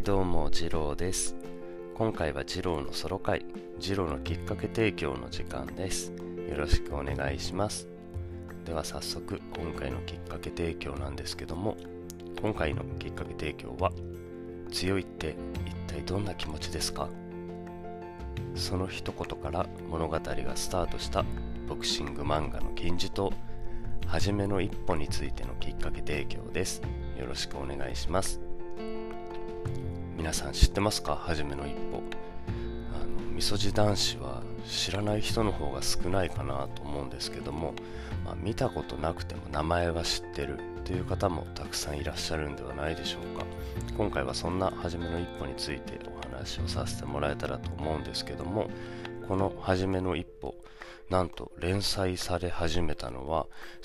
はいどうも、次郎です。今回は次郎のソロ回、次郎のきっかけ提供の時間です。よろしくお願いします。では早速、今回のきっかけ提供なんですけども、今回のきっかけ提供は、強いって一体どんな気持ちですか？その一言から物語がスタートしたボクシング漫画の金字塔、はじめの一歩についてのきっかけ提供です。よろしくお願いします。皆さん知ってますか？はじめの一歩。みそじ男子は知らない人の方が少ないかなと思うんですけども、見たことなくても名前は知ってるという方もたくさんいらっしゃるんではないでしょうか。今回はそんなはじめの一歩についてお話をさせてもらえたらと思うんですけども、このはじめの一歩、なんと連載され始めたのは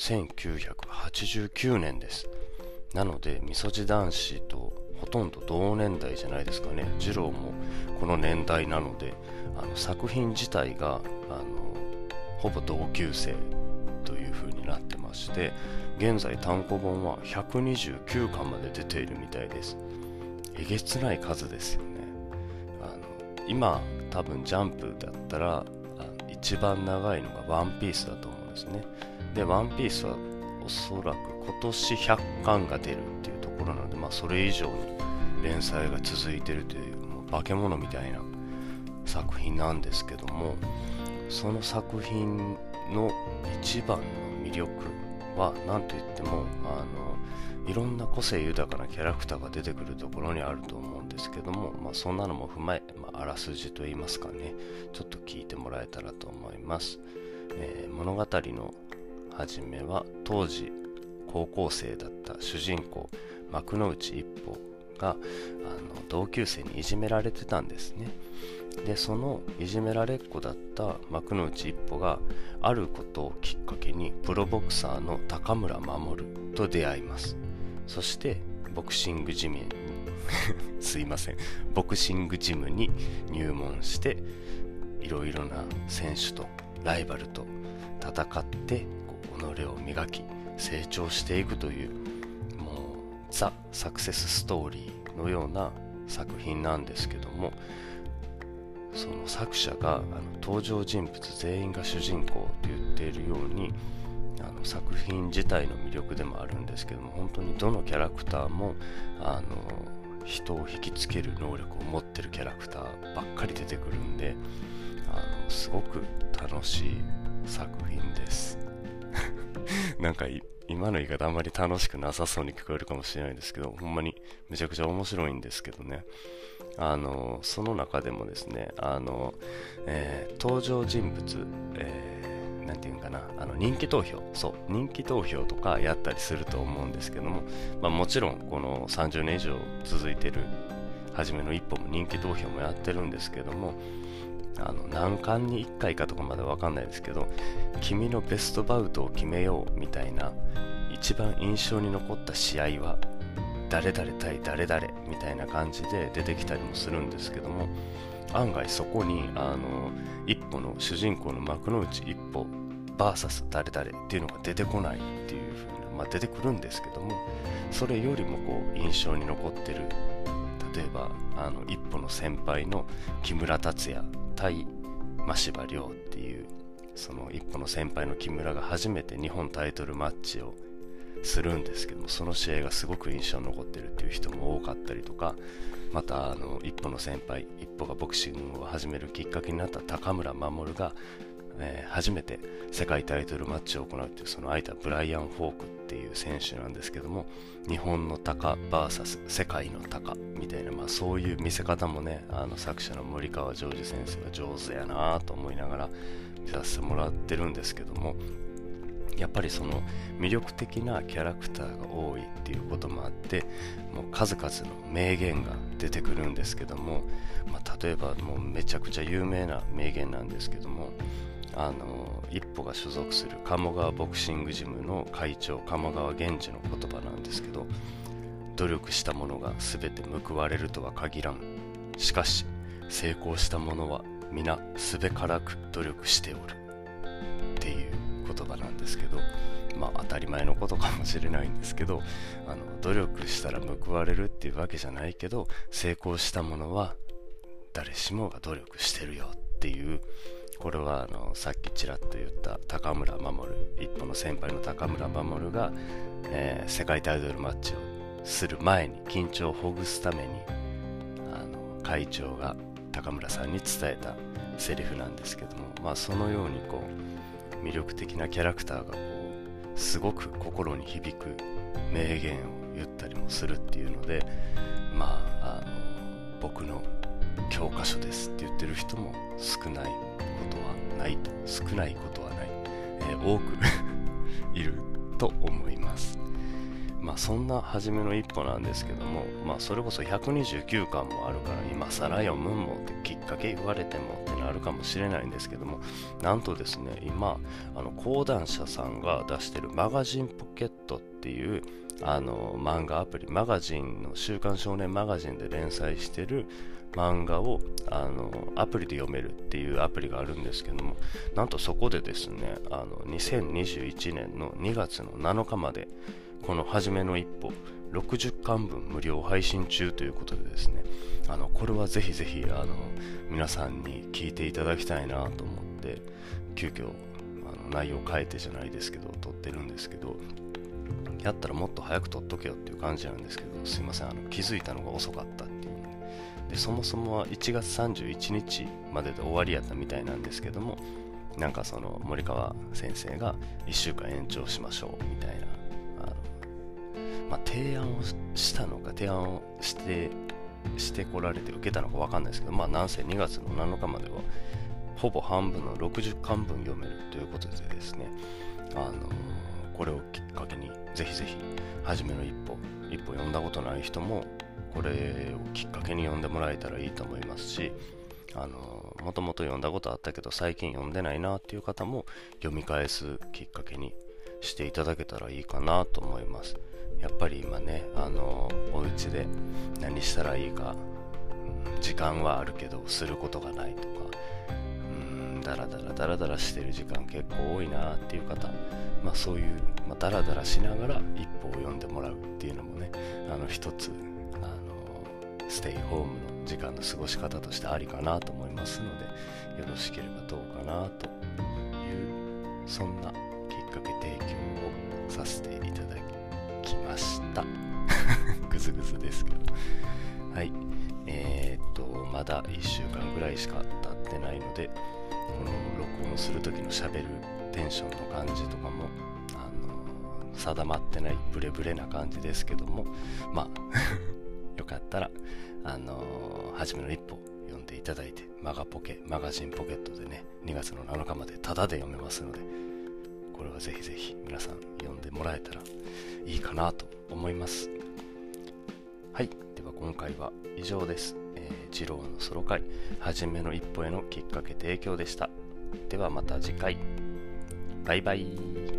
1989年です。なのでみそじ男子とほとんど同年代じゃないですかね。次郎もこの年代なので、作品自体がほぼ同級生という風になってまして、現在単行本は129巻まで出ているみたいです。えげつない数ですよね。今多分ジャンプだったら一番長いのがワンピースだと思うんですね。でワンピースはおそらく今年100巻が出るっていうところなので、それ以上に連載が続いているという、もう化け物みたいな作品なんですけども、その作品の一番の魅力は何といってもいろんな個性豊かなキャラクターが出てくるところにあると思うんですけども、そんなのも踏まえ、あらすじといいますかね、ちょっと聞いてもらえたらと思います。物語の始めは当時高校生だった主人公幕内一歩が同級生にいじめられてたんですね。でそのいじめられっ子だった幕内一歩があることをきっかけにプロボクサーの高村守と出会います。そしてボクシングジムにすいませんボクシングジムに入門して、いろいろな選手とライバルと戦って己を磨き成長していくという、もうザ・サクセスストーリーのような作品なんですけども、その作者が登場人物全員が主人公と言っているように、作品自体の魅力でもあるんですけども、本当にどのキャラクターも人を引きつける能力を持ってるキャラクターばっかり出てくるんで、すごく楽しい作品ですなんか今の言い方あんまり楽しくなさそうに聞こえるかもしれないですけど、ほんまにめちゃくちゃ面白いんですけどね。その中でもですね、登場人物、なんていうかな、人気投票、人気投票とかやったりすると思うんですけども、もちろんこの30年以上続いてるはじめの一歩も人気投票もやってるんですけども、何巻に1回かとかまだ分かんないですけど、君のベストバウトを決めようみたいな、一番印象に残った試合は誰々対誰々みたいな感じで出てきたりもするんですけども、案外そこに一歩の主人公の幕の内一歩 VS 誰々っていうのが出てこないっていう風な、出てくるんですけども、それよりも印象に残ってる、例えば一歩の先輩の木村達也対真柴亮っていう、その一歩の先輩の木村が初めて日本タイトルマッチをするんですけども、その試合がすごく印象に残ってるっていう人も多かったりとか、また一歩の先輩、一歩がボクシングを始めるきっかけになった高村守が、初めて世界タイトルマッチを行うっていう、その相手はブライアン・フォークっていう選手なんですけども、日本の鷹 VS 世界の鷹みたいな、そういう見せ方もね、作者の森川ジョージ先生が上手やなと思いながら見させてもらってるんですけども、やっぱりその魅力的なキャラクターが多いっていうこともあって、もう数々の名言が出てくるんですけども、例えばもうめちゃくちゃ有名な名言なんですけども、一歩が所属する鴨川ボクシングジムの会長鴨川源氏の言葉なんですけど、努力した者が全て報われるとは限らん。しかし成功した者は皆すべからく努力しておるっていう言葉なんですけど、 当たり前のことかもしれないんですけど、努力したら報われるっていうわけじゃないけど、成功したものは誰しもが努力してるよっていう、これはさっきちらっと言った高村守、一歩の先輩の高村守が、世界タイトルマッチをする前に緊張をほぐすために会長が高村さんに伝えたセリフなんですけども、そのように魅力的なキャラクターがすごく心に響く名言を言ったりもするっていうので、僕の教科書ですって言ってる人も少ないことはないと、多くいると思います。そんな初めの一歩なんですけども、それこそ129巻もあるから今更読むんもってきっかけ言われてもってなるかもしれないんですけども、なんとですね、今講談社さんが出してるマガジンポケットっていう漫画アプリ、マガジンの週刊少年マガジンで連載してる漫画をアプリで読めるっていうアプリがあるんですけども、なんとそこでですね、2021年の2月の7日までこの初めの一歩60巻分無料配信中ということでですね、これはぜひぜひ皆さんに聞いていただきたいなと思って急遽内容変えてじゃないですけど撮ってるんですけど、やったらもっと早く撮っとけよっていう感じなんですけど、すいません、気づいたのが遅かったっていう。でそもそもは1月31日までで終わりやったみたいなんですけども、なんかその森川先生が1週間延長しましょうみたいな提案をしたのか、提案をしてこられて受けたのか分かんないですけど、なんせ2月の7日まではほぼ半分の60巻分読めるということでですね、これをきっかけにぜひぜひ初めの一歩読んだことない人もこれをきっかけに読んでもらえたらいいと思いますし、もともと読んだことあったけど最近読んでないなっていう方も読み返すきっかけにしていただけたらいいかなと思います。やっぱり今ね、お家で何したらいいか、時間はあるけどすることがないとか、ダラダラしてる時間結構多いなっていう方、そういう、ダラダラしながら一歩を読んでもらうっていうのもね、一つステイホームの時間の過ごし方としてありかなと思いますので、よろしければどうかなという、そんなきっかけ提供をさせていただきましたぐずぐずですけど、はい、まだ1週間ぐらいしか経ってないので、この録音する時の喋るテンションの感じとかも定まってないブレブレな感じですけども、よかったら初めの一歩読んでいただいて、マガジンポケットでね、2月の7日までタダで読めますので、これはぜひぜひ皆さん読んでもらえたらいいかなと思います。はい、では今回は以上です。次郎のソロ会、初めの一歩へのきっかけ提供でした。ではまた次回、バイバイ。